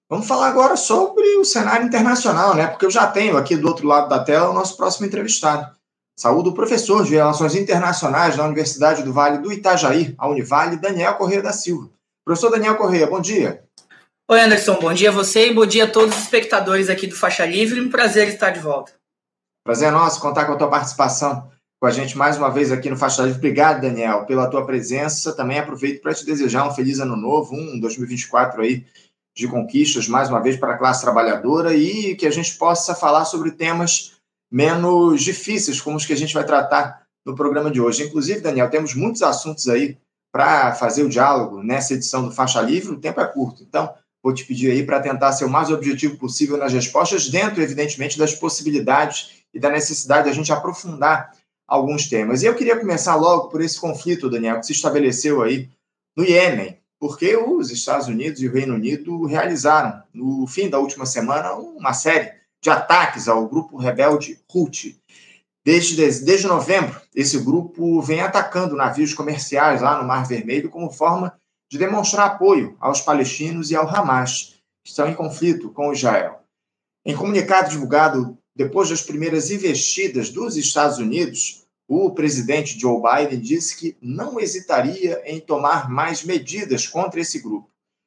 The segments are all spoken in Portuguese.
Vamos falar agora sobre o cenário internacional, né? Porque eu já tenho aqui do outro lado da tela o nosso próximo entrevistado. Saúdo o professor de Relações Internacionais da Universidade do Vale do Itajaí, a Univale, Daniel Corrêa da Silva. Professor Daniel Corrêa, bom dia. Oi, Anderson, bom dia a você e bom dia a todos os espectadores aqui do Faixa Livre. Um prazer estar de volta. Prazer é nosso contar com a tua participação com a gente mais uma vez aqui no Faixa Livre. Obrigado, Daniel, pela tua presença. Também aproveito para te desejar um feliz ano novo, 2024 aí, de conquistas, mais uma vez, para a classe trabalhadora e que a gente possa falar sobre temas menos difíceis, como os que a gente vai tratar no programa de hoje. Inclusive, Daniel, temos muitos assuntos aí para fazer o diálogo nessa edição do Faixa Livre, o tempo é curto, então vou te pedir aí para tentar ser o mais objetivo possível nas respostas, dentro, evidentemente, das possibilidades e da necessidade de a gente aprofundar alguns temas. E eu queria começar logo por esse conflito, Daniel, que se estabeleceu aí no Iêmen, porque os Estados Unidos e o Reino Unido realizaram, no fim da última semana, uma série de ataques ao grupo rebelde Houthi. Desde novembro, esse grupo vem atacando navios comerciais lá no Mar Vermelho como forma de demonstrar apoio aos palestinos e ao Hamas, que estão em conflito com Israel. Em comunicado divulgado depois das primeiras investidas dos Estados Unidos, o presidente Joe Biden disse que não hesitaria em tomar mais medidas contra esse grupo.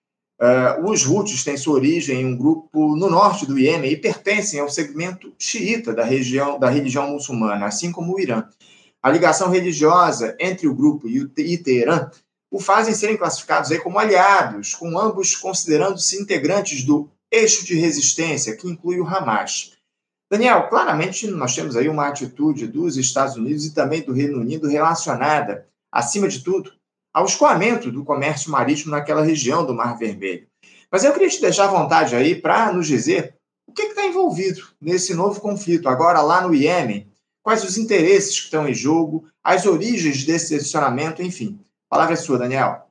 Os Houthis têm sua origem em um grupo no norte do Iêmen e pertencem ao segmento xiita da religião muçulmana, assim como o Irã. A ligação religiosa entre o grupo e Teherã o fazem serem classificados aí como aliados, com ambos considerando-se integrantes do eixo de resistência, que inclui o Hamas. Daniel, claramente nós temos aí uma atitude dos Estados Unidos e também do Reino Unido relacionada, acima de tudo, ao escoamento do comércio marítimo naquela região do Mar Vermelho. Mas eu queria te deixar à vontade aí para nos dizer o que está envolvido nesse novo conflito, agora lá no Iêmen, quais os interesses que estão em jogo, as origens desse tensionamento, enfim. A palavra é sua, Daniel.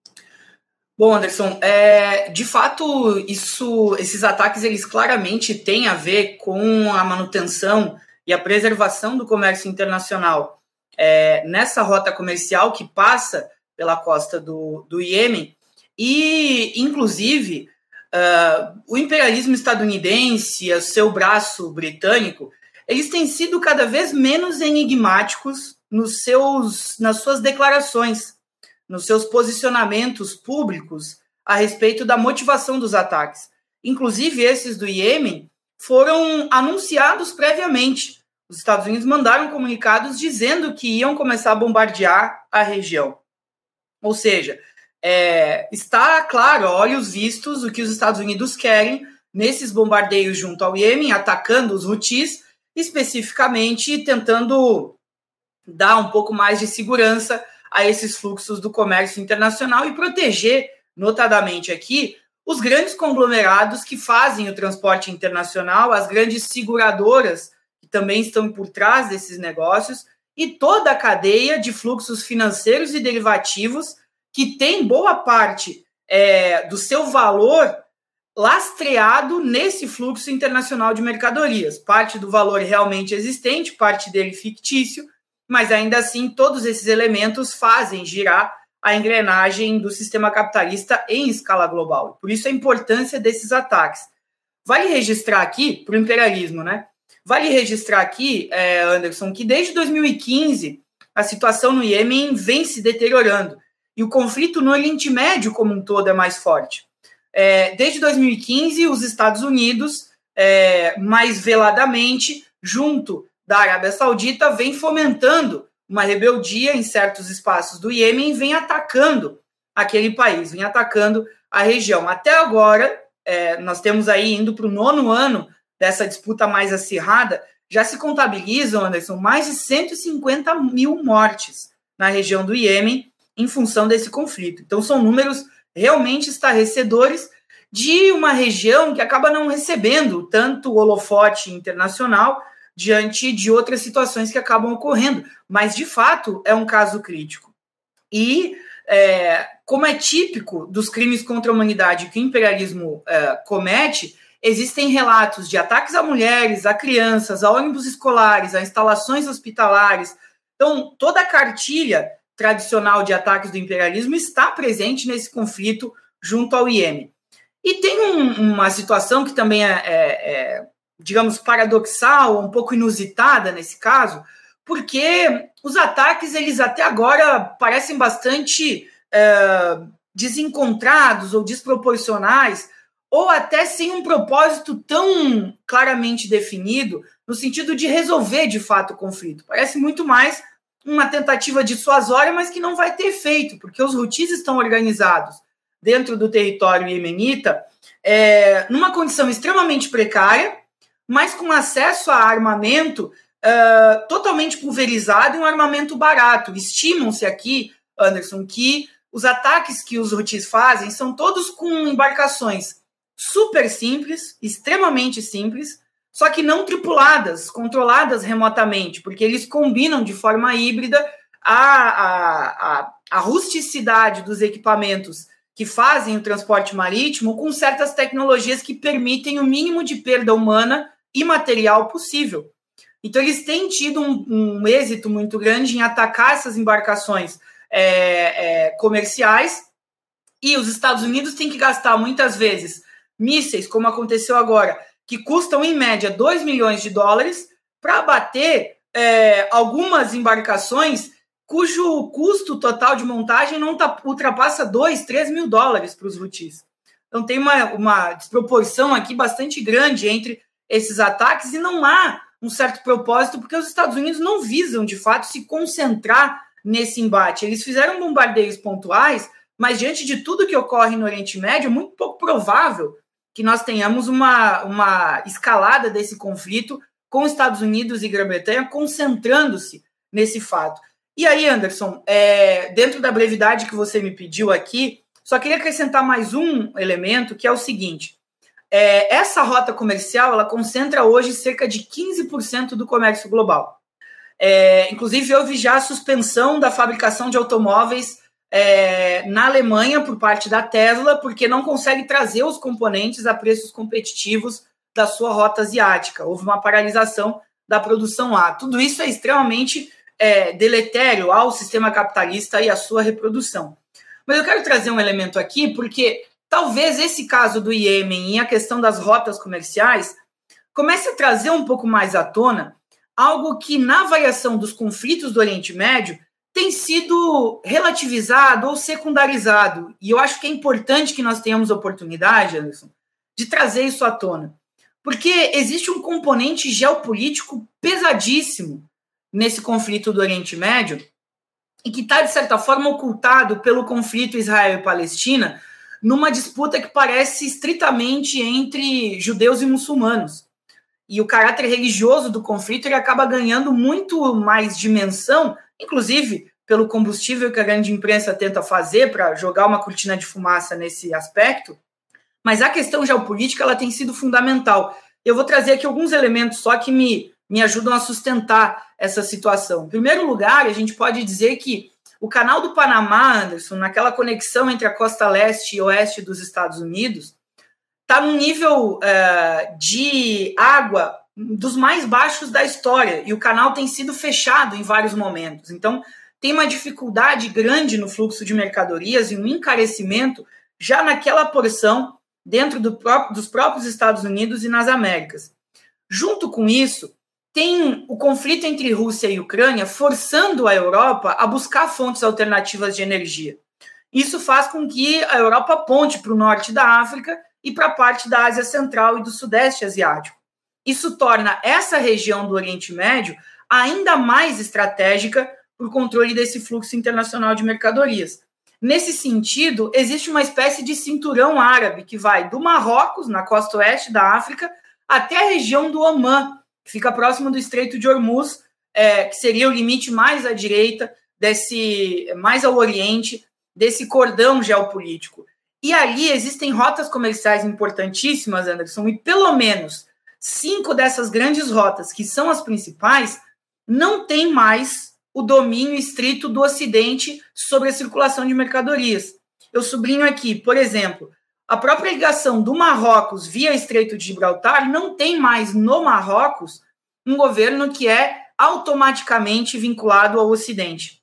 Bom, Anderson, de fato, esses ataques, eles claramente têm a ver com a manutenção e a preservação do comércio internacional nessa rota comercial que passa pela costa do Iêmen e, inclusive, o imperialismo estadunidense, o seu braço britânico, eles têm sido cada vez menos enigmáticos nas suas declarações, nos seus posicionamentos públicos a respeito da motivação dos ataques. Inclusive, esses do Iêmen foram anunciados previamente. Os Estados Unidos mandaram comunicados dizendo que iam começar a bombardear a região. Ou seja, está claro, a olhos vistos, o que os Estados Unidos querem nesses bombardeios junto ao Iêmen, atacando os Houthis, especificamente tentando dar um pouco mais de segurança a esses fluxos do comércio internacional e proteger, notadamente aqui, os grandes conglomerados que fazem o transporte internacional, as grandes seguradoras que também estão por trás desses negócios e toda a cadeia de fluxos financeiros e derivativos que tem boa parte do seu valor lastreado nesse fluxo internacional de mercadorias. Parte do valor realmente existente, parte dele fictício, mas ainda assim todos esses elementos fazem girar a engrenagem do sistema capitalista em escala global. Por isso a importância desses ataques. Vale registrar aqui, para o imperialismo, né? Vale registrar aqui, Anderson, que desde 2015 a situação no Iêmen vem se deteriorando e o conflito no Oriente Médio como um todo é mais forte. Desde 2015, os Estados Unidos, mais veladamente, junto da Arábia Saudita, vem fomentando uma rebeldia em certos espaços do Iêmen e vem atacando aquele país, vem atacando a região. Até agora, nós temos aí, indo para o 9º ano dessa disputa mais acirrada, já se contabilizam, Anderson, mais de 150 mil mortes na região do Iêmen em função desse conflito. Então, são números realmente estarrecedores de uma região que acaba não recebendo tanto holofote internacional diante de outras situações que acabam ocorrendo. Mas, de fato, é um caso crítico. E, como é típico dos crimes contra a humanidade que o imperialismo comete, existem relatos de ataques a mulheres, a crianças, a ônibus escolares, a instalações hospitalares. Então, toda a cartilha tradicional de ataques do imperialismo está presente nesse conflito junto ao Iêmen. E tem uma situação que também digamos, paradoxal, um pouco inusitada nesse caso, porque os ataques, eles até agora parecem bastante desencontrados ou desproporcionais, ou até sem um propósito tão claramente definido, no sentido de resolver, de fato, o conflito. Parece muito mais uma tentativa dissuasória, mas que não vai ter efeito, porque os Houthis estão organizados dentro do território iemenita, numa condição extremamente precária, mas com acesso a armamento totalmente pulverizado e um armamento barato. Estimam-se aqui, Anderson, que os ataques que os Houthis fazem são todos com embarcações super simples, extremamente simples, só que não tripuladas, controladas remotamente, porque eles combinam de forma híbrida a rusticidade dos equipamentos que fazem o transporte marítimo com certas tecnologias que permitem o mínimo de perda humana e material possível. Então, eles têm tido um êxito muito grande em atacar essas embarcações comerciais, e os Estados Unidos têm que gastar, muitas vezes, mísseis, como aconteceu agora, que custam, em média, 2 milhões de dólares, para abater algumas embarcações cujo custo total de montagem não ultrapassa 2, 3 mil dólares para os Houthis. Então, tem uma desproporção aqui bastante grande entre esses ataques, e não há um certo propósito, porque os Estados Unidos não visam, de fato, se concentrar nesse embate. Eles fizeram bombardeios pontuais, mas diante de tudo que ocorre no Oriente Médio, é muito pouco provável que nós tenhamos uma escalada desse conflito com os Estados Unidos e Grã-Bretanha concentrando-se nesse fato. E aí, Anderson, dentro da brevidade que você me pediu aqui, só queria acrescentar mais um elemento, que é o seguinte: essa rota comercial, ela concentra hoje cerca de 15% do comércio global. Inclusive, houve já a suspensão da fabricação de automóveis na Alemanha por parte da Tesla, porque não consegue trazer os componentes a preços competitivos da sua rota asiática. Houve uma paralisação da produção lá. Tudo isso é extremamente deletério ao sistema capitalista e à sua reprodução. Mas eu quero trazer um elemento aqui, porque talvez esse caso do Iêmen e a questão das rotas comerciais comece a trazer um pouco mais à tona algo que, na variação dos conflitos do Oriente Médio, tem sido relativizado ou secundarizado. E eu acho que é importante que nós tenhamos oportunidade, Anderson, de trazer isso à tona. Porque existe um componente geopolítico pesadíssimo nesse conflito do Oriente Médio e que está, de certa forma, ocultado pelo conflito Israel e Palestina, numa disputa que parece estritamente entre judeus e muçulmanos. E o caráter religioso do conflito ele acaba ganhando muito mais dimensão, inclusive pelo combustível que a grande imprensa tenta fazer para jogar uma cortina de fumaça nesse aspecto, mas a questão geopolítica ela tem sido fundamental. Eu vou trazer aqui alguns elementos só que me ajudam a sustentar essa situação. Em primeiro lugar, a gente pode dizer que o Canal do Panamá, Anderson, naquela conexão entre a costa leste e oeste dos Estados Unidos, está num nível de água dos mais baixos da história, e o canal tem sido fechado em vários momentos. Então, tem uma dificuldade grande no fluxo de mercadorias e um encarecimento já naquela porção dentro dos próprios Estados Unidos e nas Américas. Junto com isso, tem o conflito entre Rússia e Ucrânia forçando a Europa a buscar fontes alternativas de energia. Isso faz com que a Europa aponte para o norte da África e para a parte da Ásia Central e do Sudeste Asiático. Isso torna essa região do Oriente Médio ainda mais estratégica para o controle desse fluxo internacional de mercadorias. Nesse sentido, existe uma espécie de cinturão árabe que vai do Marrocos, na costa oeste da África, até a região do Omã, que fica próximo do Estreito de Hormuz, que seria o limite mais à direita, mais ao oriente, desse cordão geopolítico. E ali existem rotas comerciais importantíssimas, Anderson, e pelo menos 5 dessas grandes rotas, que são as principais, não tem mais o domínio estrito do Ocidente sobre a circulação de mercadorias. Eu sublinho aqui, por exemplo, a própria ligação do Marrocos via Estreito de Gibraltar não tem mais no Marrocos um governo que é automaticamente vinculado ao Ocidente.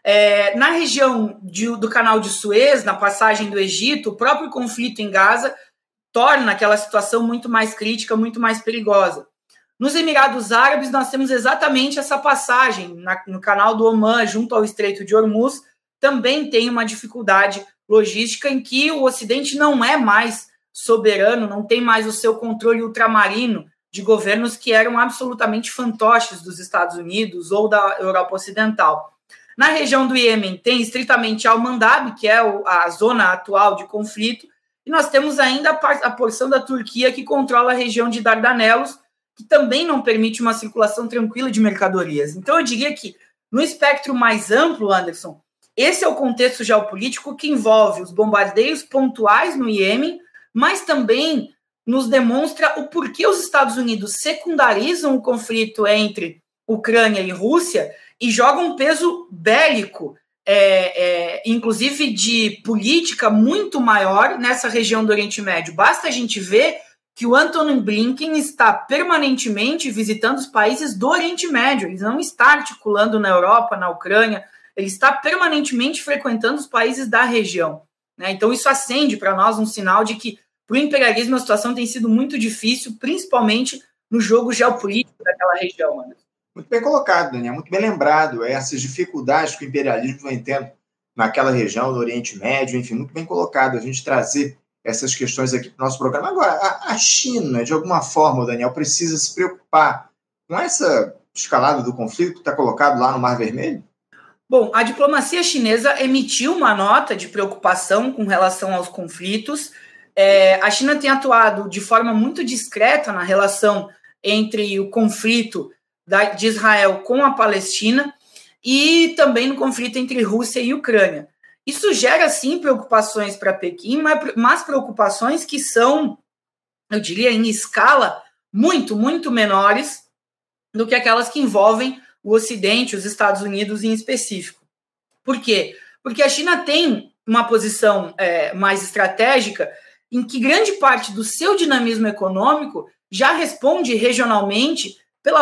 Na região do Canal de Suez, na passagem do Egito, o próprio conflito em Gaza torna aquela situação muito mais crítica, muito mais perigosa. Nos Emirados Árabes, nós temos exatamente essa passagem no canal do Omã, junto ao Estreito de Hormuz, também tem uma dificuldade logística em que o Ocidente não é mais soberano, não tem mais o seu controle ultramarino de governos que eram absolutamente fantoches dos Estados Unidos ou da Europa Ocidental. Na região do Iêmen tem estritamente Al-Mandab, que é a zona atual de conflito, e nós temos ainda a porção da Turquia que controla a região de Dardanelos, que também não permite uma circulação tranquila de mercadorias. Então eu diria que, no espectro mais amplo, Anderson, esse é o contexto geopolítico que envolve os bombardeios pontuais no Iêmen, mas também nos demonstra o porquê os Estados Unidos secundarizam o conflito entre Ucrânia e Rússia e jogam um peso bélico, inclusive de política muito maior nessa região do Oriente Médio. Basta a gente ver que o Antony Blinken está permanentemente visitando os países do Oriente Médio, ele não está articulando na Europa, na Ucrânia, ele está permanentemente frequentando os países da região, né? Então isso acende para nós um sinal de que para o imperialismo a situação tem sido muito difícil, principalmente no jogo geopolítico daquela região, Anderson. Muito bem colocado, Daniel, muito bem lembrado. Essas dificuldades que o imperialismo vem tendo naquela região, no Oriente Médio, enfim, muito bem colocado a gente trazer essas questões aqui para o nosso programa. Agora, a China, de alguma forma, Daniel, precisa se preocupar com essa escalada do conflito que está colocado lá no Mar Vermelho? Bom, a diplomacia chinesa emitiu uma nota de preocupação com relação aos conflitos. A China tem atuado de forma muito discreta na relação entre o conflito de Israel com a Palestina e também no conflito entre Rússia e Ucrânia. Isso gera, sim, preocupações para Pequim, mas preocupações que são, eu diria, em escala muito, muito menores do que aquelas que envolvem o Ocidente, os Estados Unidos em específico. Por quê? Porque a China tem uma posição mais estratégica em que grande parte do seu dinamismo econômico já responde regionalmente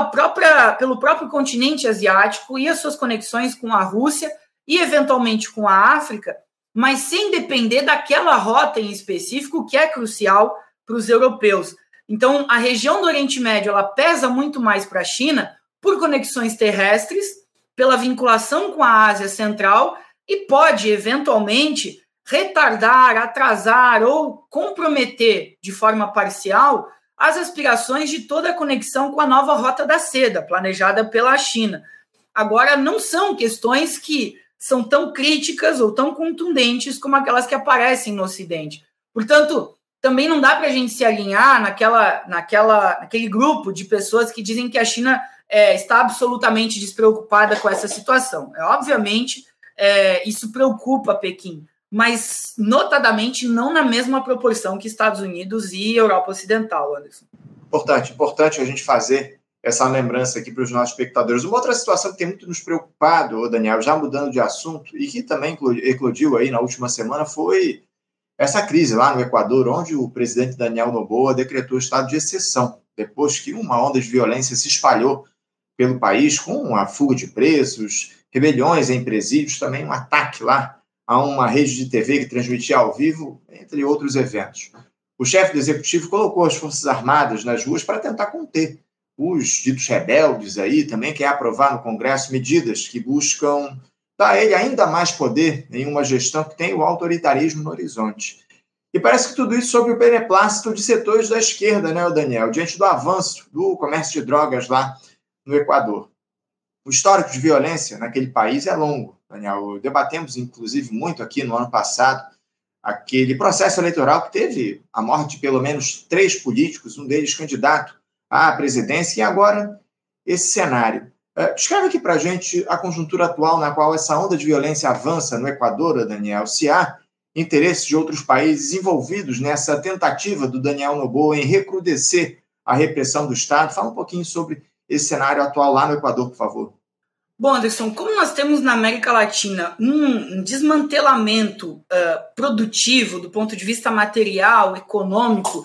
pelo próprio continente asiático e as suas conexões com a Rússia e, eventualmente, com a África, mas sem depender daquela rota em específico que é crucial para os europeus. Então, a região do Oriente Médio ela pesa muito mais para a China por conexões terrestres, pela vinculação com a Ásia Central e pode, eventualmente, retardar, atrasar ou comprometer de forma parcial as aspirações de toda a conexão com a nova Rota da Seda, planejada pela China. Agora, não são questões que são tão críticas ou tão contundentes como aquelas que aparecem no Ocidente. Portanto, também não dá para a gente se alinhar naquele grupo de pessoas que dizem que a China está absolutamente despreocupada com essa situação. Obviamente, isso preocupa Pequim, mas notadamente não na mesma proporção que Estados Unidos e Europa Ocidental, Anderson. Importante a gente fazer essa lembrança aqui para os nossos espectadores. Uma outra situação que tem muito nos preocupado, Daniel, já mudando de assunto, e que também eclodiu aí na última semana, foi essa crise lá no Equador, onde o presidente Daniel Noboa decretou estado de exceção, depois que uma onda de violência se espalhou pelo país, com a fuga de presos, rebeliões em presídios, também um ataque lá a uma rede de TV que transmitia ao vivo, entre outros eventos. O chefe do executivo colocou as Forças Armadas nas ruas para tentar conter os ditos rebeldes aí, também quer aprovar no Congresso medidas que buscam dar a ele ainda mais poder em uma gestão que tem o autoritarismo no horizonte. E parece que tudo isso sob o beneplácito de setores da esquerda, né, Daniel, diante do avanço do comércio de drogas lá no Equador. O histórico de violência naquele país é longo, Daniel. Debatemos, inclusive, muito aqui no ano passado, aquele processo eleitoral que teve a morte de pelo menos 3 políticos, um deles candidato à presidência, e agora esse cenário. Descreve aqui para a gente a conjuntura atual na qual essa onda de violência avança no Equador, Daniel, se há interesse de outros países envolvidos nessa tentativa do Daniel Noboa em recrudescer a repressão do Estado. Fala um pouquinho sobre esse cenário atual lá no Equador, por favor. Bom, Anderson, como nós temos na América Latina um desmantelamento produtivo do ponto de vista material, econômico,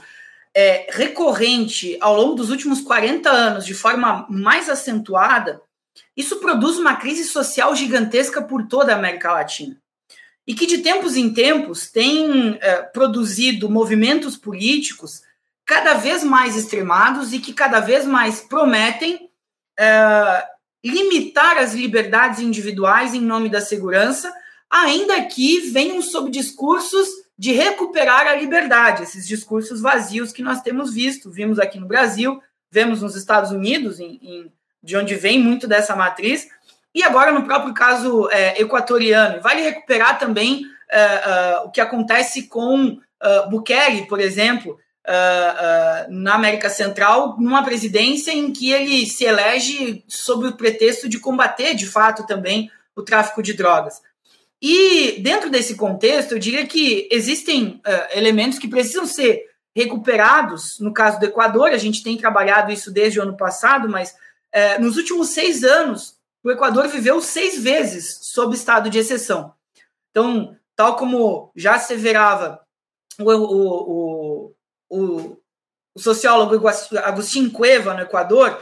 recorrente ao longo dos últimos 40 anos, de forma mais acentuada, isso produz uma crise social gigantesca por toda a América Latina. e que de tempos em tempos tem produzido movimentos políticos cada vez mais extremados e que cada vez mais prometem limitar as liberdades individuais em nome da segurança, ainda que venham sob discursos de recuperar a liberdade, esses discursos vazios que nós temos visto, vimos aqui no Brasil, vemos nos Estados Unidos, de onde vem muito dessa matriz, e agora no próprio caso equatoriano. Vale recuperar também o que acontece com Bukele, por exemplo, na América Central, numa presidência em que ele se elege sob o pretexto de combater, de fato, também o tráfico de drogas. E dentro desse contexto, eu diria que existem elementos que precisam ser recuperados. No caso do Equador, a gente tem trabalhado isso desde o ano passado, mas nos últimos 6 anos, o Equador viveu 6 vezes sob estado de exceção. Então, tal como já asseverava o sociólogo Agustín Cueva, no Equador,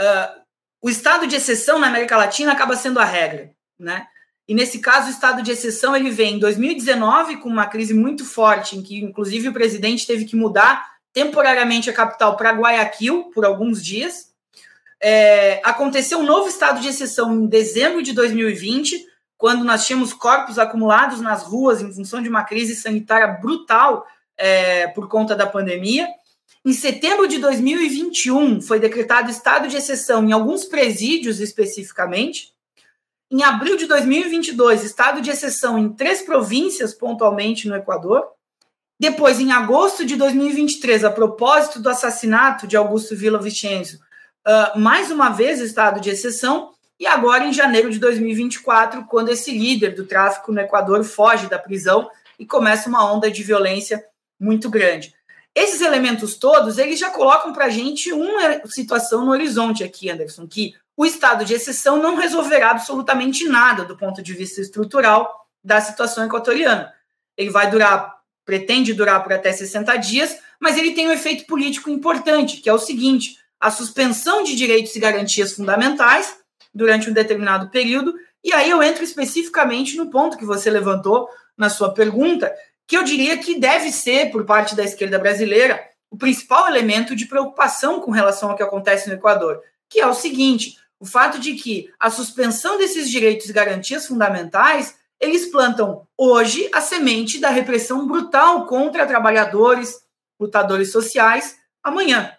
o estado de exceção na América Latina acaba sendo a regra, né? E, nesse caso, o estado de exceção ele vem em 2019, com uma crise muito forte, em que, inclusive, o presidente teve que mudar temporariamente a capital para Guayaquil por alguns dias. Aconteceu um novo estado de exceção em dezembro de 2020, quando nós tínhamos corpos acumulados nas ruas em função de uma crise sanitária brutal por conta da pandemia. Em setembro de 2021, foi decretado estado de exceção em alguns presídios especificamente. Em abril de 2022, estado de exceção em 3 províncias, pontualmente no Equador. Depois, em agosto de 2023, a propósito do assassinato de Augusto Villavicencio, mais uma vez estado de exceção. E agora, em janeiro de 2024, quando esse líder do tráfico no Equador foge da prisão e começa uma onda de violência muito grande. Esses elementos todos, eles já colocam para a gente uma situação no horizonte aqui, Anderson, que o estado de exceção não resolverá absolutamente nada do ponto de vista estrutural da situação equatoriana. Ele pretende durar por até 60 dias, mas ele tem um efeito político importante, que é o seguinte: a suspensão de direitos e garantias fundamentais durante um determinado período, e aí eu entro especificamente no ponto que você levantou na sua pergunta, que eu diria que deve ser, por parte da esquerda brasileira, o principal elemento de preocupação com relação ao que acontece no Equador, que é o seguinte: o fato de que a suspensão desses direitos e garantias fundamentais, eles plantam hoje a semente da repressão brutal contra trabalhadores, lutadores sociais, amanhã.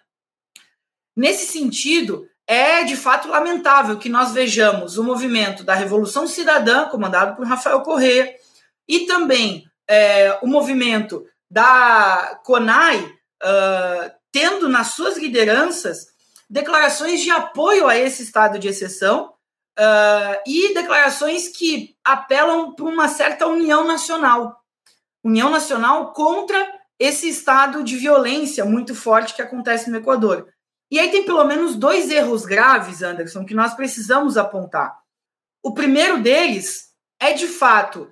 Nesse sentido, é de fato lamentável que nós vejamos o movimento da Revolução Cidadã, comandado por Rafael Correa, e também o movimento da CONAI, tendo nas suas lideranças declarações de apoio a esse estado de exceção e declarações que apelam para uma certa união nacional contra esse estado de violência muito forte que acontece no Equador. E aí tem pelo menos 2 erros graves, Anderson, que nós precisamos apontar. O primeiro deles é, de fato,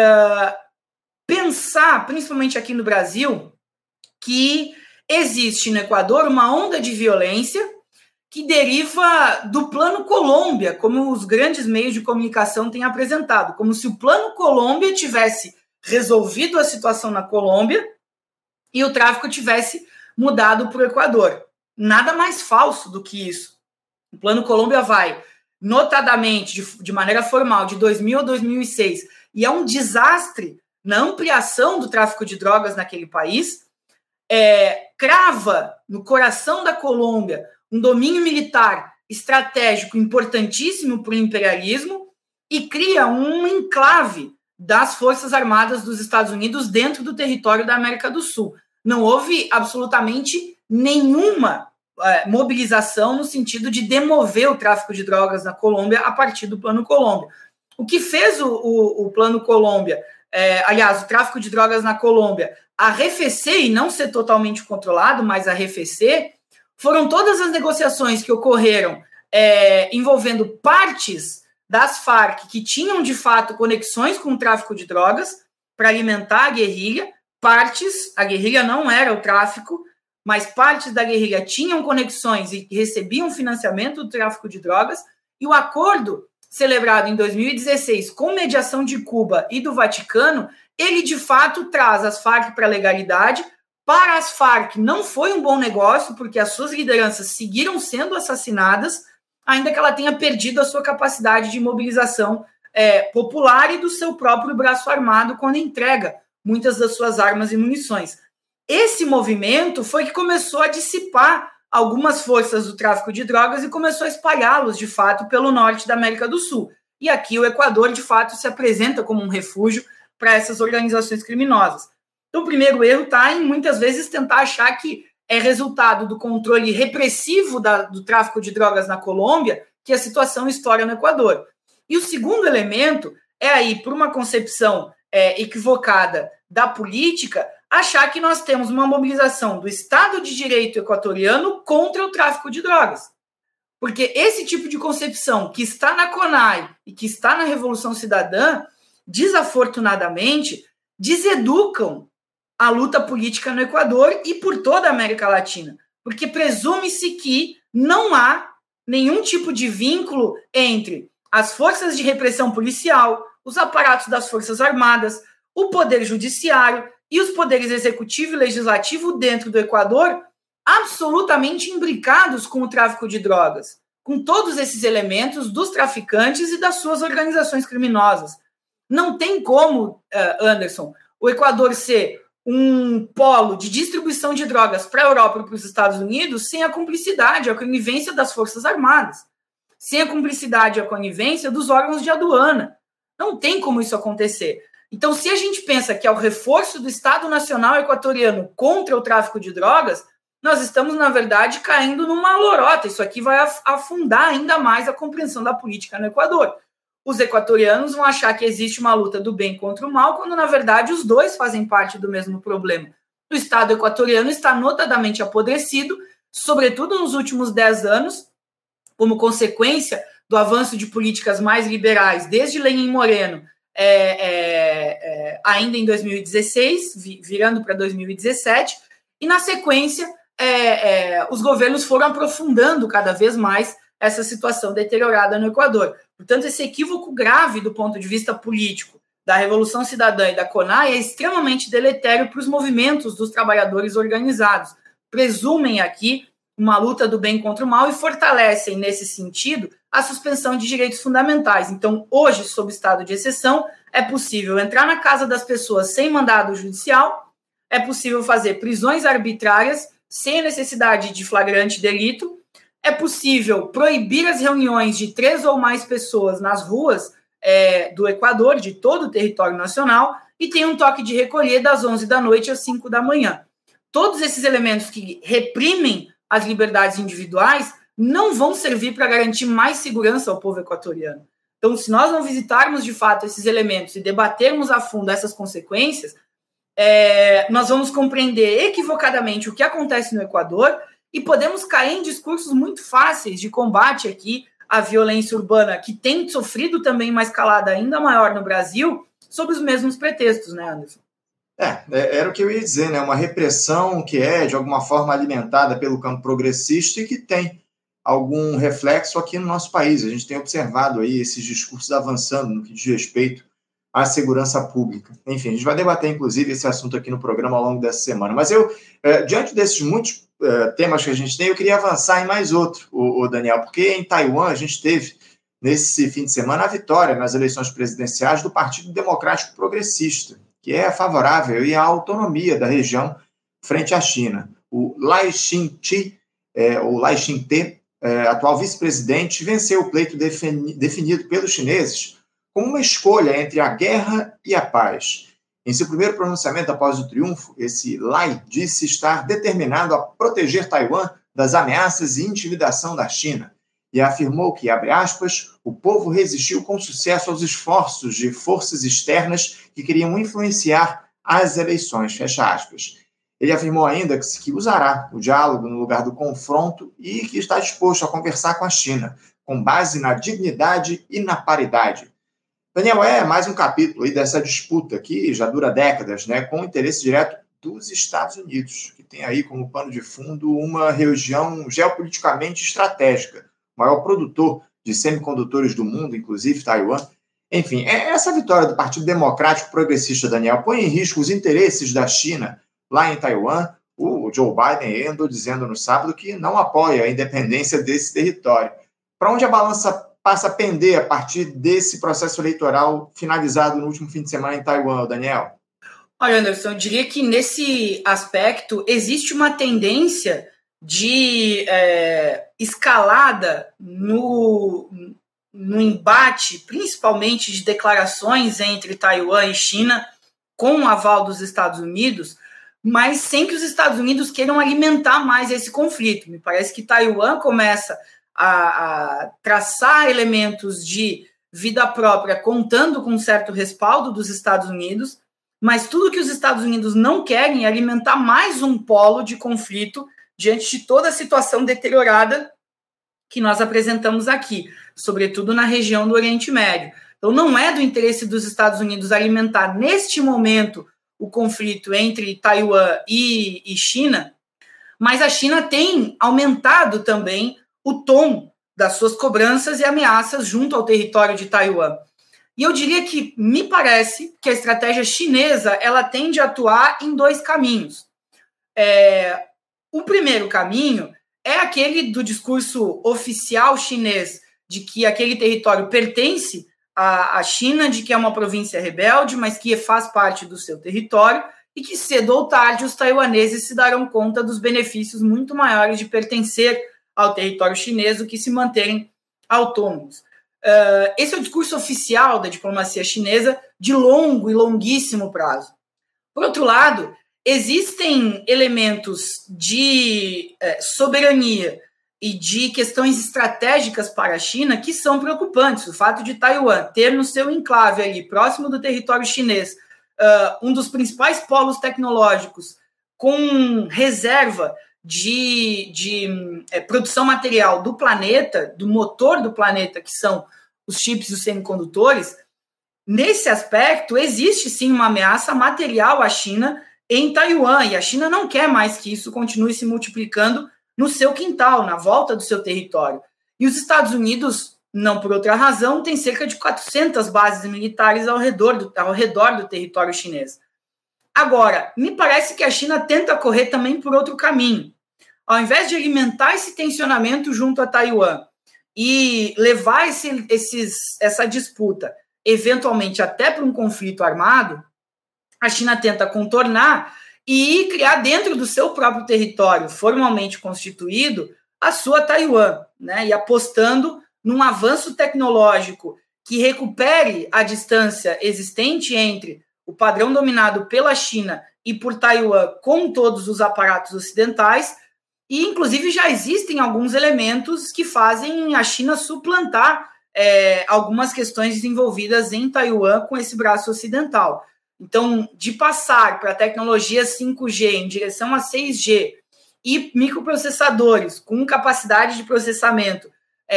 pensar, principalmente aqui no Brasil, que existe no Equador uma onda de violência que deriva do Plano Colômbia, como os grandes meios de comunicação têm apresentado, como se o Plano Colômbia tivesse resolvido a situação na Colômbia e o tráfico tivesse mudado para o Equador. Nada mais falso do que isso. O Plano Colômbia vai, notadamente, de maneira formal, de 2000 a 2006, e é um desastre na ampliação do tráfico de drogas naquele país, crava no coração da Colômbia um domínio militar estratégico importantíssimo para o imperialismo e cria um enclave das Forças Armadas dos Estados Unidos dentro do território da América do Sul. Não houve absolutamente nenhuma mobilização no sentido de demover o tráfico de drogas na Colômbia a partir do Plano Colômbia. O que fez o Plano Colômbia, aliás, o tráfico de drogas na Colômbia, arrefecer e não ser totalmente controlado, mas arrefecer, foram todas as negociações que ocorreram envolvendo partes das Farc que tinham, de fato, conexões com o tráfico de drogas para alimentar a guerrilha. A guerrilha não era o tráfico, mas partes da guerrilha tinham conexões e recebiam financiamento do tráfico de drogas, e o acordo celebrado em 2016 com mediação de Cuba e do Vaticano, ele de fato traz as Farc para a legalidade. Para as Farc não foi um bom negócio, porque as suas lideranças seguiram sendo assassinadas, ainda que ela tenha perdido a sua capacidade de mobilização popular e do seu próprio braço armado quando entrega muitas das suas armas e munições. Esse movimento foi que começou a dissipar algumas forças do tráfico de drogas e começou a espalhá-los, de fato, pelo norte da América do Sul. E aqui o Equador, de fato, se apresenta como um refúgio para essas organizações criminosas. Então, o primeiro erro está em, muitas vezes, tentar achar que é resultado do controle repressivo do tráfico de drogas na Colômbia que a situação estoura no Equador. E o segundo elemento é aí, por uma concepção equivocada da política, achar que nós temos uma mobilização do Estado de Direito equatoriano contra o tráfico de drogas. Porque esse tipo de concepção que está na CONAI e que está na Revolução Cidadã, desafortunadamente, deseducam a luta política no Equador e por toda a América Latina. Porque presume-se que não há nenhum tipo de vínculo entre as forças de repressão policial, os aparatos das Forças Armadas, o poder judiciário e os poderes executivo e legislativo dentro do Equador absolutamente imbricados com o tráfico de drogas, com todos esses elementos dos traficantes e das suas organizações criminosas. Não tem como, Anderson, o Equador ser um polo de distribuição de drogas para a Europa e para os Estados Unidos sem a cumplicidade, a conivência das Forças Armadas, sem a cumplicidade e a conivência dos órgãos de aduana. Não tem como isso acontecer. Então, se a gente pensa que é o reforço do Estado Nacional Equatoriano contra o tráfico de drogas, nós estamos, na verdade, caindo numa lorota. Isso aqui vai afundar ainda mais a compreensão da política no Equador. Os equatorianos vão achar que existe uma luta do bem contra o mal, quando, na verdade, os dois fazem parte do mesmo problema. O Estado equatoriano está notadamente apodrecido, sobretudo nos últimos 10 anos, como consequência do avanço de políticas mais liberais, desde Lenin Moreno, ainda em 2016, virando para 2017, e, na sequência, os governos foram aprofundando cada vez mais essa situação deteriorada no Equador. Portanto, esse equívoco grave do ponto de vista político da Revolução Cidadã e da CONAI é extremamente deletério para os movimentos dos trabalhadores organizados. Presumem aqui uma luta do bem contra o mal e fortalecem, nesse sentido, a suspensão de direitos fundamentais. Então, hoje, sob estado de exceção, é possível entrar na casa das pessoas sem mandado judicial, é possível fazer prisões arbitrárias sem a necessidade de flagrante delito, é possível proibir as reuniões de 3 ou mais pessoas nas ruas do Equador, de todo o território nacional, e tem um toque de recolher das 11 da noite às 5 da manhã. Todos esses elementos que reprimem as liberdades individuais não vão servir para garantir mais segurança ao povo equatoriano. Então, se nós não visitarmos, de fato, esses elementos e debatermos a fundo essas consequências, nós vamos compreender equivocadamente o que acontece no Equador e podemos cair em discursos muito fáceis de combate aqui à violência urbana, que tem sofrido também uma escalada ainda maior no Brasil, sob os mesmos pretextos, né, Anderson? Era o que eu ia dizer, né? Uma repressão que é, de alguma forma, alimentada pelo campo progressista e que tem algum reflexo aqui no nosso país. A gente tem observado aí esses discursos avançando no que diz respeito à segurança pública. Enfim, a gente vai debater, inclusive, esse assunto aqui no programa ao longo dessa semana. Mas diante desses muitos temas que a gente tem, eu queria avançar em mais outro, o Daniel, porque em Taiwan a gente teve, nesse fim de semana, a vitória nas eleições presidenciais do Partido Democrático Progressista, que é favorável à autonomia da região frente à China. O Lai Ching-te, atual vice-presidente, venceu o pleito definido pelos chineses como uma escolha entre a guerra e a paz. Em seu primeiro pronunciamento após o triunfo, esse Lai disse estar determinado a proteger Taiwan das ameaças e intimidação da China e afirmou que, abre aspas, o povo resistiu com sucesso aos esforços de forças externas que queriam influenciar as eleições, fecha aspas. Ele afirmou ainda que usará o diálogo no lugar do confronto e que está disposto a conversar com a China, com base na dignidade e na paridade. Daniel, mais um capítulo aí dessa disputa que já dura décadas, né, com o interesse direto dos Estados Unidos, que tem aí como pano de fundo uma região geopoliticamente estratégica, maior produtor de semicondutores do mundo, inclusive Taiwan. Enfim, essa vitória do Partido Democrático Progressista, Daniel, põe em risco os interesses da China lá em Taiwan. O Joe Biden andou dizendo no sábado que não apoia a independência desse território. Para onde a balança passa a pender a partir desse processo eleitoral finalizado no último fim de semana em Taiwan, Daniel? Olha, Anderson, eu diria que nesse aspecto existe uma tendência de escalada no embate, principalmente de declarações entre Taiwan e China, com o aval dos Estados Unidos, mas sem que os Estados Unidos queiram alimentar mais esse conflito. Me parece que Taiwan começa a traçar elementos de vida própria, contando com um certo respaldo dos Estados Unidos, mas tudo que os Estados Unidos não querem é alimentar mais um polo de conflito diante de toda a situação deteriorada que nós apresentamos aqui, sobretudo na região do Oriente Médio. Então, não é do interesse dos Estados Unidos alimentar, neste momento, o conflito entre Taiwan e China, mas a China tem aumentado também o tom das suas cobranças e ameaças junto ao território de Taiwan. E eu diria que me parece que a estratégia chinesa ela tende a atuar em dois caminhos. O primeiro caminho é aquele do discurso oficial chinês de que aquele território pertence à China, de que é uma província rebelde, mas que faz parte do seu território e que cedo ou tarde os taiwaneses se darão conta dos benefícios muito maiores de pertencer ao território chinês do que se manterem autônomos. Esse é o discurso oficial da diplomacia chinesa de longo e longuíssimo prazo. Por outro lado, existem elementos de soberania e de questões estratégicas para a China que são preocupantes. O fato de Taiwan ter no seu enclave ali, próximo do território chinês, um dos principais polos tecnológicos com reserva de produção material do planeta, do motor do planeta, que são os chips e os semicondutores, nesse aspecto existe sim uma ameaça material à China em Taiwan, e a China não quer mais que isso continue se multiplicando no seu quintal, na volta do seu território. E os Estados Unidos, não por outra razão, têm cerca de 400 bases militares ao redor do território chinês. Agora, me parece que a China tenta correr também por outro caminho. Ao invés de alimentar esse tensionamento junto a Taiwan e levar essa disputa, eventualmente até para um conflito armado, a China tenta contornar e criar dentro do seu próprio território, formalmente constituído, a sua Taiwan, né? E apostando num avanço tecnológico que recupere a distância existente entre o padrão dominado pela China e por Taiwan com todos os aparatos ocidentais, e inclusive já existem alguns elementos que fazem a China suplantar algumas questões desenvolvidas em Taiwan com esse braço ocidental. Então, de passar para a tecnologia 5G em direção a 6G e microprocessadores com capacidade de processamento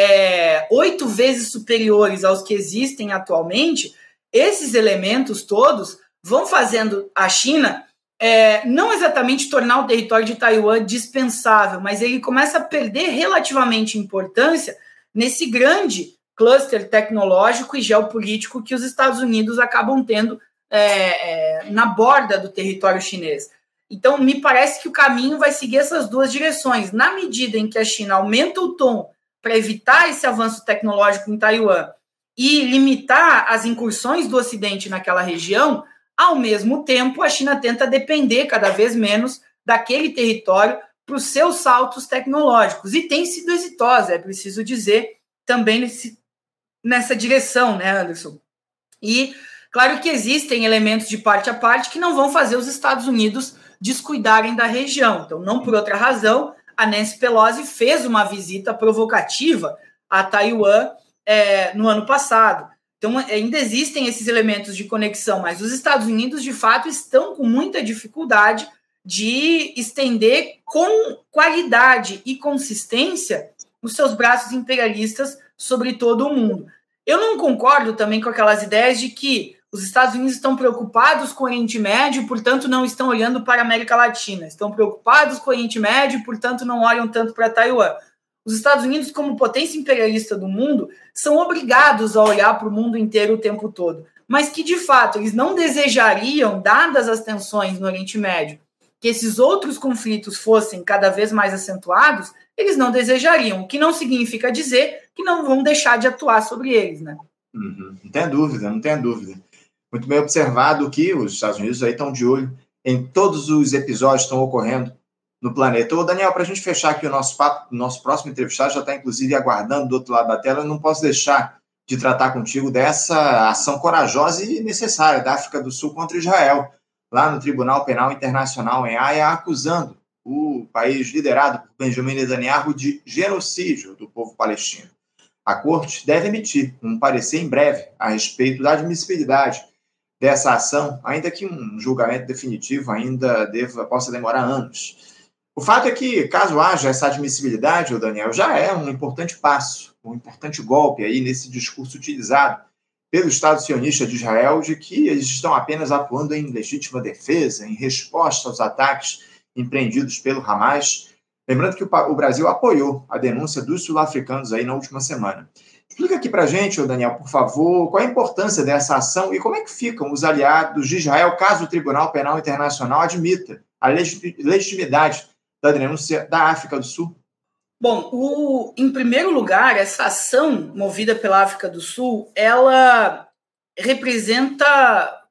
8 vezes superiores aos que existem atualmente, esses elementos todos vão fazendo a China não exatamente tornar o território de Taiwan dispensável, mas ele começa a perder relativamente importância nesse grande cluster tecnológico e geopolítico que os Estados Unidos acabam tendo na borda do território chinês. Então, me parece que o caminho vai seguir essas duas direções. Na medida em que a China aumenta o tom para evitar esse avanço tecnológico em Taiwan e limitar as incursões do Ocidente naquela região, ao mesmo tempo, a China tenta depender cada vez menos daquele território para os seus saltos tecnológicos. E tem sido exitosa, é preciso dizer, também nessa direção, né, Anderson? E claro que existem elementos de parte a parte que não vão fazer os Estados Unidos descuidarem da região. Então, não por outra razão, a Nancy Pelosi fez uma visita provocativa a Taiwan no ano passado. Então, ainda existem esses elementos de conexão, mas os Estados Unidos, de fato, estão com muita dificuldade de estender com qualidade e consistência os seus braços imperialistas sobre todo o mundo. Eu não concordo também com aquelas ideias de que os Estados Unidos estão preocupados com o Oriente Médio, portanto, não estão olhando para a América Latina. Estão preocupados com o Oriente Médio, portanto, não olham tanto para Taiwan. os Estados Unidos, como potência imperialista do mundo, são obrigados a olhar para o mundo inteiro o tempo todo, mas que, de fato, eles não desejariam, dadas as tensões no Oriente Médio, que esses outros conflitos fossem cada vez mais acentuados, eles não desejariam, o que não significa dizer que não vão deixar de atuar sobre eles, né? Não tem dúvida, não tem dúvida. Muito bem observado que os Estados Unidos aí estão de olho em todos os episódios que estão ocorrendo no planeta. Ô, Daniel, para a gente fechar aqui o nosso papo, nosso próximo entrevistado já está, inclusive, aguardando do outro lado da tela. Eu não posso deixar de tratar contigo dessa ação corajosa e necessária da África do Sul contra Israel, lá no Tribunal Penal Internacional em Haia, acusando o país liderado por Benjamin Netanyahu de genocídio do povo palestino. A Corte deve emitir um parecer em breve a respeito da admissibilidade dessa ação, ainda que um julgamento definitivo ainda possa demorar anos. O fato é que, caso haja essa admissibilidade, Daniel, já é um importante passo, um importante golpe aí nesse discurso utilizado pelo Estado sionista de Israel de que eles estão apenas atuando em legítima defesa, em resposta aos ataques empreendidos pelo Hamas. Lembrando que o Brasil apoiou a denúncia dos sul-africanos aí na última semana. Explica aqui para a gente, Daniel, por favor, qual a importância dessa ação e como é que ficam os aliados de Israel caso o Tribunal Penal Internacional admita a legitimidade da denúncia da África do Sul? Bom, em primeiro lugar, essa ação movida pela África do Sul, ela representa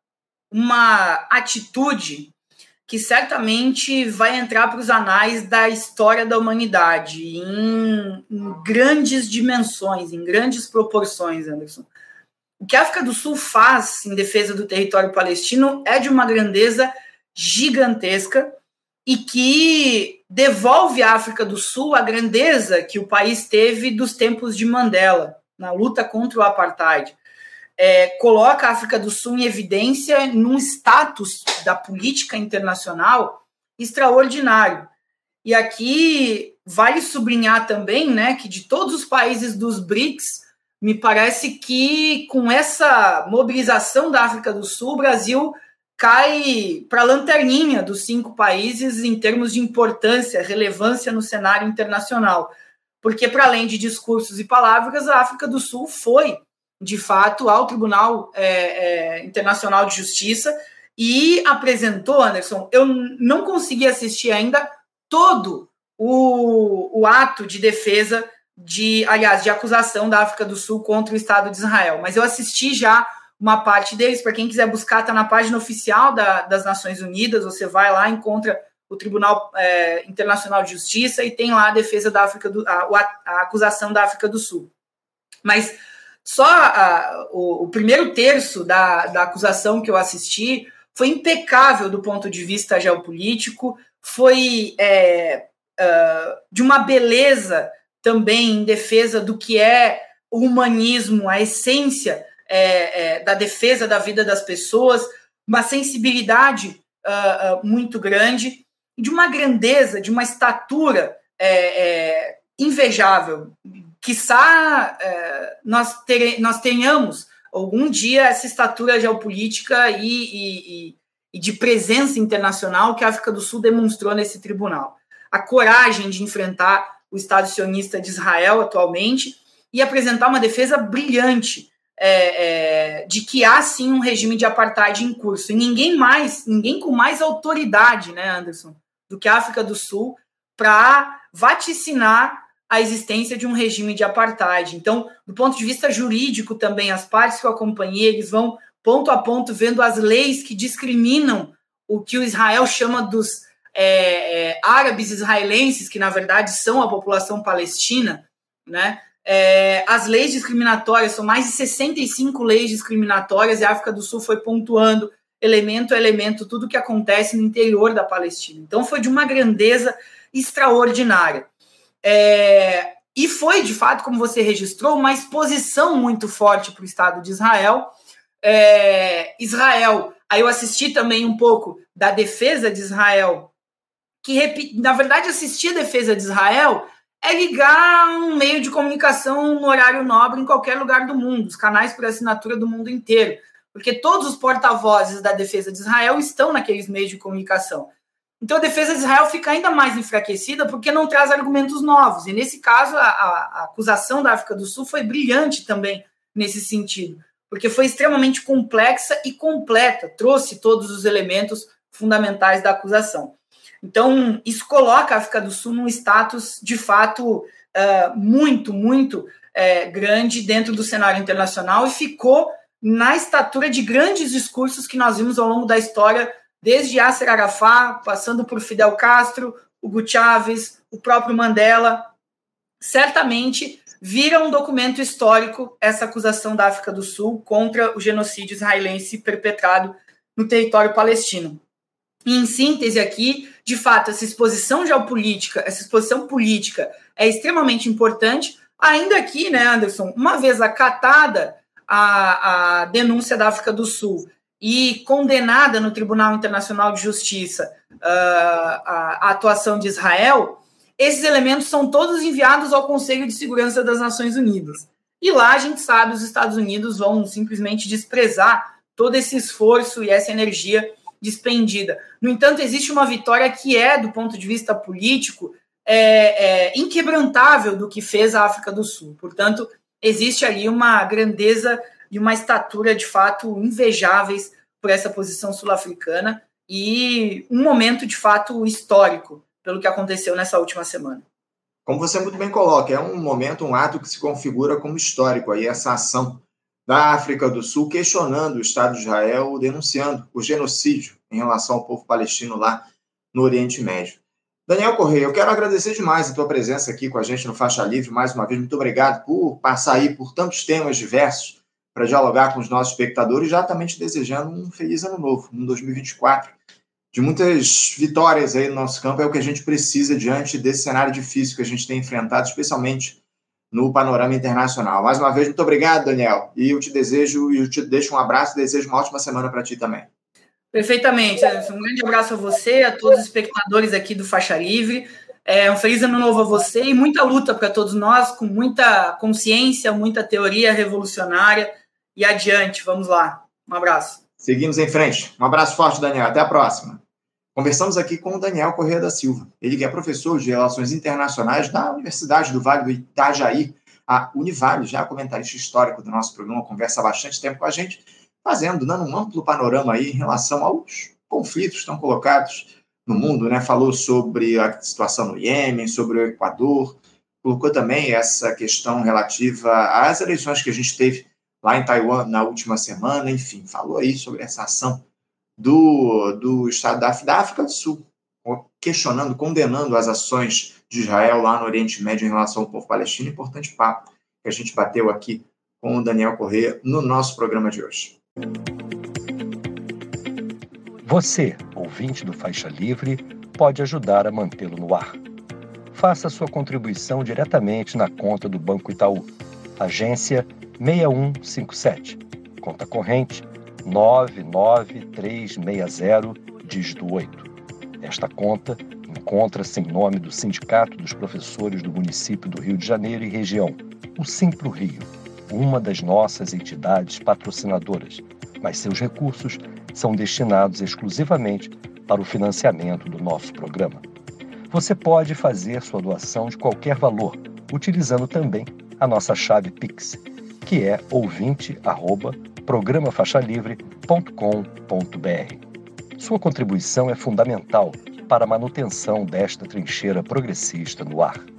uma atitude que certamente vai entrar para os anais da história da humanidade em grandes dimensões, em grandes proporções, Anderson. O que a África do Sul faz em defesa do território palestino é de uma grandeza gigantesca e que devolve à África do Sul a grandeza que o país teve dos tempos de Mandela, na luta contra o apartheid. Coloca a África do Sul em evidência num status da política internacional extraordinário. E aqui vale sublinhar também, né, que de todos os países dos BRICS, me parece que com essa mobilização da África do Sul, o Brasil cai para a lanterninha dos 5 países em termos de importância, relevância no cenário internacional. Porque, para além de discursos e palavras, a África do Sul foi, de fato, ao Tribunal Internacional de Justiça e apresentou, Anderson, eu não consegui assistir ainda todo o ato de defesa, de acusação da África do Sul contra o Estado de Israel, mas eu assisti já uma parte deles. Para quem quiser buscar, está na página oficial das Nações Unidas, você vai lá, encontra o Tribunal Internacional de Justiça e tem lá a defesa da África a acusação da África do Sul. Mas só o primeiro terço da acusação que eu assisti foi impecável do ponto de vista geopolítico, foi de uma beleza também em defesa do que é o humanismo, a essência da defesa da vida das pessoas, uma sensibilidade muito grande, de uma grandeza, de uma estatura invejável. Quiçá nós tenhamos algum dia essa estatura geopolítica e de presença internacional que a África do Sul demonstrou nesse tribunal. A coragem de enfrentar o Estado sionista de Israel atualmente e apresentar uma defesa brilhante de que há sim um regime de apartheid em curso. E ninguém com mais autoridade, né, Anderson, do que a África do Sul para vaticinar a existência de um regime de apartheid. Então, do ponto de vista jurídico também, as partes que eu acompanhei, eles vão ponto a ponto vendo as leis que discriminam o que o Israel chama dos árabes israelenses, que na verdade são a população palestina, né? As leis discriminatórias, são mais de 65 leis discriminatórias, e a África do Sul foi pontuando elemento a elemento tudo o que acontece no interior da Palestina. Então foi de uma grandeza extraordinária. E foi, de fato, como você registrou, uma exposição muito forte para o Estado de Israel. Israel, aí eu assisti também um pouco da defesa de Israel, que, na verdade, assistir a defesa de Israel é ligar um meio de comunicação no horário nobre em qualquer lugar do mundo, os canais por assinatura do mundo inteiro, porque todos os porta-vozes da defesa de Israel estão naqueles meios de comunicação. Então a defesa de Israel fica ainda mais enfraquecida porque não traz argumentos novos. E nesse caso, a acusação da África do Sul foi brilhante também nesse sentido, porque foi extremamente complexa e completa, trouxe todos os elementos fundamentais da acusação. Então, isso coloca a África do Sul num status, de fato, muito grande dentro do cenário internacional e ficou na estatura de grandes discursos que nós vimos ao longo da história, desde Yasser Arafat, passando por Fidel Castro, Hugo Chávez, o próprio Mandela. Certamente vira um documento histórico essa acusação da África do Sul contra o genocídio israelense perpetrado no território palestino. E, em síntese aqui, de fato, essa exposição geopolítica, essa exposição política é extremamente importante, ainda que, né, Anderson, uma vez acatada a denúncia da África do Sul e condenada no Tribunal Internacional de Justiça a atuação de Israel, esses elementos são todos enviados ao Conselho de Segurança das Nações Unidas. E lá a gente sabe, os Estados Unidos vão simplesmente desprezar todo esse esforço e essa energia despendida. No entanto, existe uma vitória que do ponto de vista político, inquebrantável do que fez a África do Sul. Portanto, existe ali uma grandeza e uma estatura, de fato, invejáveis por essa posição sul-africana e um momento, de fato, histórico pelo que aconteceu nessa última semana. Como você muito bem coloca, é um momento, um ato que se configura como histórico, aí essa ação da África do Sul questionando o Estado de Israel, denunciando o genocídio em relação ao povo palestino lá no Oriente Médio. Daniel Correia, eu quero agradecer demais a tua presença aqui com a gente no Faixa Livre, mais uma vez, muito obrigado por passar aí por tantos temas diversos para dialogar com os nossos espectadores, já também te desejando um feliz ano novo, um 2024, de muitas vitórias aí no nosso campo, é o que a gente precisa diante desse cenário difícil que a gente tem enfrentado, especialmente no panorama internacional. Mais uma vez, muito obrigado, Daniel, e eu te deixo um abraço e desejo uma ótima semana para ti também. Perfeitamente, Anderson. Um grande abraço a você, a todos os espectadores aqui do Faixa Livre. Um feliz ano novo a você e muita luta para todos nós, com muita consciência, muita teoria revolucionária e adiante. Vamos lá. Um abraço. Seguimos em frente. Um abraço forte, Daniel. Até a próxima. Conversamos aqui com o Daniel Correia da Silva. Ele que é professor de Relações Internacionais da Universidade do Vale do Itajaí, a Univale, já comentarista histórico do nosso programa, conversa há bastante tempo com a gente, dando um amplo panorama aí em relação aos conflitos que estão colocados no mundo, né? Falou sobre a situação no Iêmen, sobre o Equador, colocou também essa questão relativa às eleições que a gente teve lá em Taiwan na última semana, enfim, falou aí sobre essa ação do Estado da África do Sul, questionando, condenando as ações de Israel lá no Oriente Médio em relação ao povo palestino. Importante papo que a gente bateu aqui com o Daniel Correia no nosso programa de hoje. Você, ouvinte do Faixa Livre, pode ajudar a mantê-lo no ar. Faça sua contribuição diretamente na conta do Banco Itaú, agência 6157, conta corrente 99360, dígito 8. Esta conta encontra-se em nome do Sindicato dos Professores do Município do Rio de Janeiro e região, o Simpro Rio, uma das nossas entidades patrocinadoras, mas seus recursos são destinados exclusivamente para o financiamento do nosso programa. Você pode fazer sua doação de qualquer valor, utilizando também a nossa chave Pix, que é ouvinte@programafaixalivre.com.br. Sua contribuição é fundamental para a manutenção desta trincheira progressista no ar.